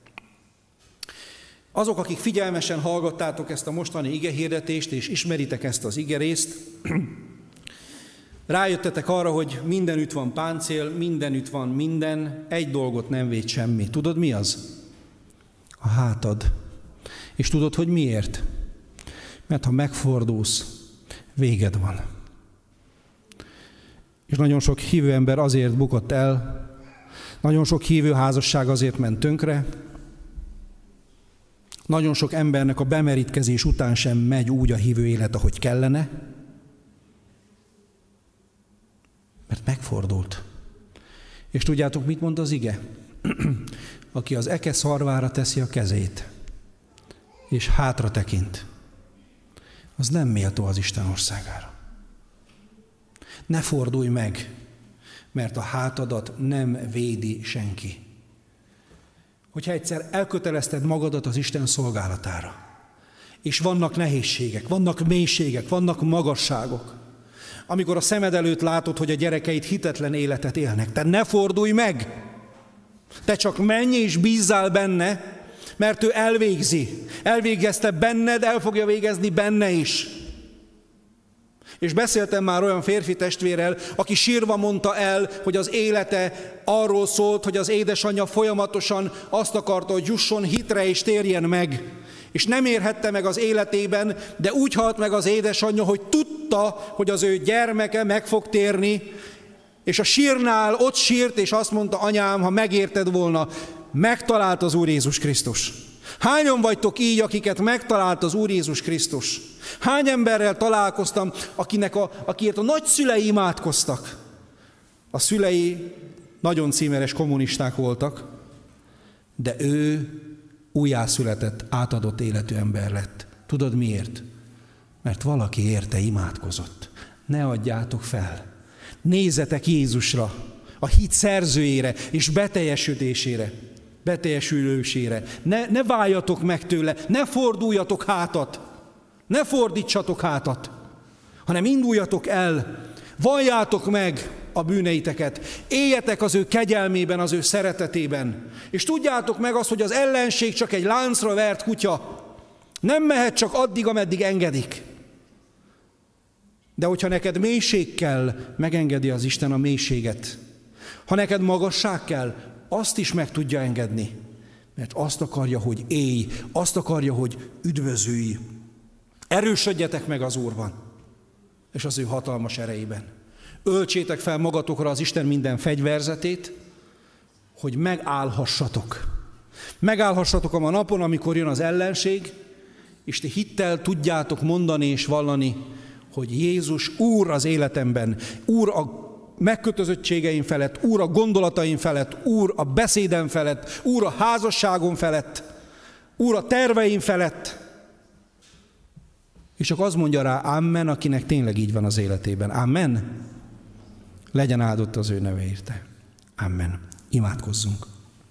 Azok, akik figyelmesen hallgattátok ezt a mostani igehirdetést, és ismeritek ezt az igerészt, rájöttetek arra, hogy mindenütt van páncél, mindenütt van minden, egy dolgot nem véd semmi. Tudod, mi az? A hátad. És tudod, hogy miért? Mert ha megfordulsz, véged van. És nagyon sok hívő ember azért bukott el, nagyon sok hívő házasság azért ment tönkre, nagyon sok embernek a bemerítkezés után sem megy úgy a hívő élet, ahogy kellene, mert megfordult. És tudjátok, mit mond az ige? Aki az eke szarvára teszi a kezét, és hátra tekint, az nem méltó az Isten országára. Ne fordulj meg, mert a hátadat nem védi senki. Hogyha egyszer elkötelezted magadat az Isten szolgálatára, és vannak nehézségek, vannak mélységek, vannak magasságok, amikor a szemed előtt látod, hogy a gyerekeid hitetlen életet élnek, te ne fordulj meg! Te csak menj és bízzál benne, mert ő elvégzi. Elvégezte benned, el fogja végezni benne is. És beszéltem már olyan férfi testvérrel, aki sírva mondta el, hogy az élete arról szólt, hogy az édesanyja folyamatosan azt akarta, hogy jusson hitre és térjen meg. És nem érhette meg az életében, de úgy halt meg az édesanyja, hogy tudta, hogy az ő gyermeke meg fog térni, és a sírnál ott sírt, és azt mondta, anyám, ha megérted volna, megtalált az Úr Jézus Krisztus. Hányan vagytok így, akiket megtalált az Úr Jézus Krisztus? Hány emberrel találkoztam, akiért a nagyszülei imádkoztak. A szülei nagyon címeres kommunisták voltak, de ő újjászületett, átadott életű ember lett. Tudod miért? Mert valaki érte imádkozott. Ne adjátok fel. Nézzetek Jézusra, a hit szerzőjére és beteljesülésére. Ne váljatok meg tőle, ne forduljatok hátat, ne fordítsatok hátat, hanem induljatok el, valljátok meg a bűneiteket, éljetek az ő kegyelmében, az ő szeretetében, és tudjátok meg azt, hogy az ellenség csak egy láncra vert kutya, nem mehet csak addig, ameddig engedik. De hogyha neked mélység kell, megengedi az Isten a mélységet. Ha neked magasság kell, azt is meg tudja engedni. Mert azt akarja, hogy élj, azt akarja, hogy üdvözülj. Erősödjetek meg az Úrban, és az ő hatalmas erejében. Öltsétek fel magatokra az Isten minden fegyverzetét, hogy megállhassatok. Megállhassatok a napon, amikor jön az ellenség, és ti hittel tudjátok mondani és vallani, hogy Jézus Úr az életemben, Úr a megkötözöttségeim felett, Úr a gondolataim felett, Úr a beszédem felett, Úr a házasságom felett, Úr a terveim felett. És csak az mondja rá, amen, akinek tényleg így van az életében. Amen. Legyen áldott az ő neve érte. Amen. Imádkozzunk.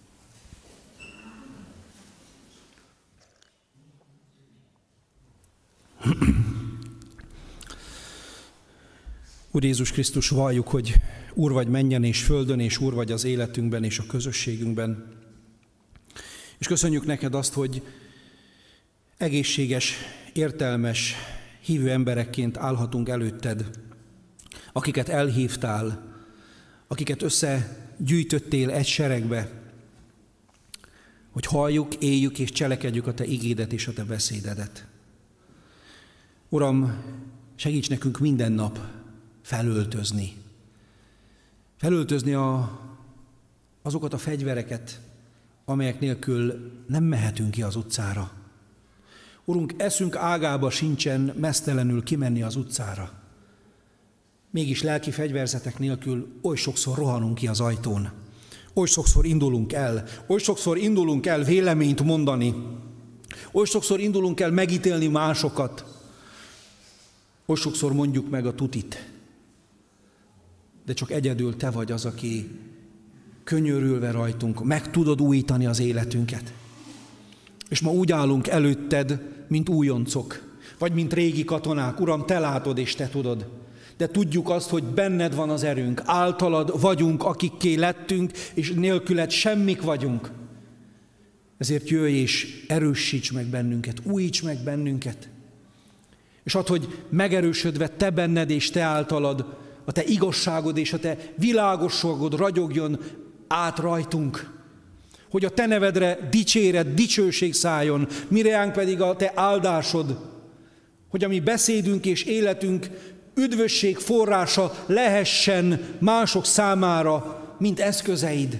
Úr Jézus Krisztus, valljuk, hogy Úr vagy mennyen és földön, és Úr vagy az életünkben és a közösségünkben. És köszönjük neked azt, hogy egészséges, értelmes, hívő emberekként állhatunk előtted, akiket elhívtál, akiket összegyűjtöttél egy seregbe, hogy halljuk, éljük és cselekedjük a te igédet és a te beszédedet. Uram, segíts nekünk minden nap felöltözni azokat a fegyvereket, amelyek nélkül nem mehetünk ki az utcára. Urunk, eszünk ágába sincsen meztelenül kimenni az utcára. Mégis lelki fegyverzetek nélkül oly sokszor rohanunk ki az ajtón. Oly sokszor indulunk el véleményt mondani. Oly sokszor indulunk el megítélni másokat. Oly sokszor mondjuk meg a tutit. De csak egyedül te vagy az, aki könyörülve rajtunk, meg tudod újítani az életünket. És ma úgy állunk előtted, mint újoncok, vagy mint régi katonák. Uram, te látod és te tudod. De tudjuk azt, hogy benned van az erőnk, általad vagyunk, akikké lettünk, és nélküled semmik vagyunk. Ezért jöjj és erősíts meg bennünket, újíts meg bennünket. És add, hogy megerősödve te benned és te általad, a te igazságod és a te világosságod ragyogjon át rajtunk. Hogy a te nevedre dicséret, dicsőség szálljon, mireánk pedig a te áldásod. Hogy a mi beszédünk és életünk üdvösség forrása lehessen mások számára, mint eszközeid.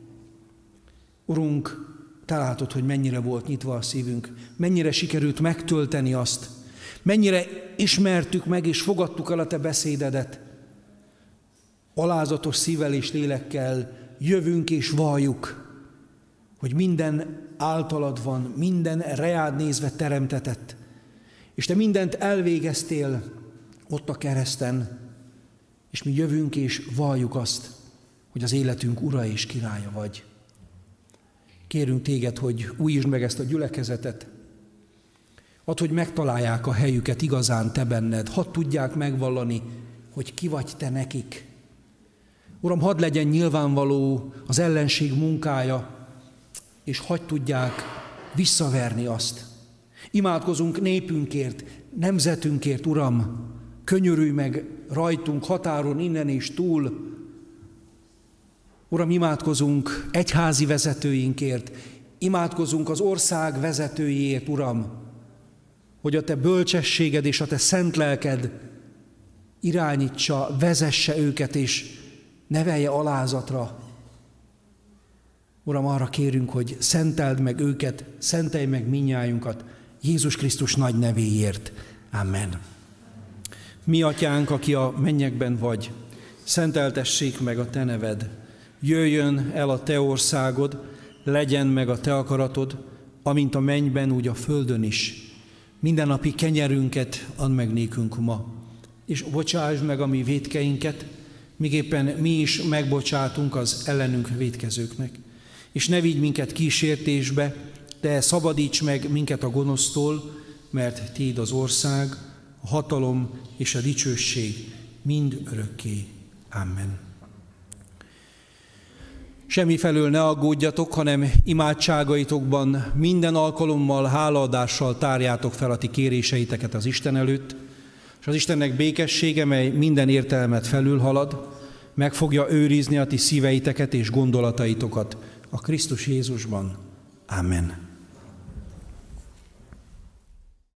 Urunk, te látod, hogy mennyire volt nyitva a szívünk, mennyire sikerült megtölteni azt, mennyire ismertük meg és fogadtuk el a te beszédedet. Alázatos szívvel és lélekkel jövünk és valljuk, hogy minden általad van, minden reád nézve teremtetett, és te mindent elvégeztél ott a kereszten, és mi jövünk és valljuk azt, hogy az életünk ura és királya vagy. Kérünk téged, hogy újítsd meg ezt a gyülekezetet, add, hogy megtalálják a helyüket igazán te benned, hadd tudják megvallani, hogy ki vagy te nekik. Uram, hadd legyen nyilvánvaló az ellenség munkája, és hadd tudják visszaverni azt. Imádkozunk népünkért, nemzetünkért, Uram, könyörülj meg rajtunk határon innen és túl. Uram, imádkozunk egyházi vezetőinkért, imádkozunk az ország vezetőiért, Uram, hogy a te bölcsességed és a te szent lelked irányítsa, vezesse őket és nevelje alázatra. Uram, arra kérünk, hogy szenteld meg őket, szentelj meg mindnyájunkat Jézus Krisztus nagy nevéért. Amen. Mi atyánk, aki a mennyekben vagy, szenteltessék meg a te neved. Jöjjön el a te országod, legyen meg a te akaratod, amint a mennyben, úgy a földön is. Mindennapi kenyerünket add meg nékünk ma, és bocsásd meg a mi vétkeinket, miképpen mi is megbocsátunk az ellenünk vétkezőknek. És ne vigy minket kísértésbe, de szabadíts meg minket a gonosztól, mert tiéd az ország, a hatalom és a dicsőség mind örökké. Amen. Semmifelől ne aggódjatok, hanem imádságaitokban minden alkalommal hálaadással tárjátok fel a ti kéréseiteket az Isten előtt, és az Istennek békessége, mely minden értelmet felülhalad, meg fogja őrizni a ti szíveiteket és gondolataitokat a Krisztus Jézusban. Amen.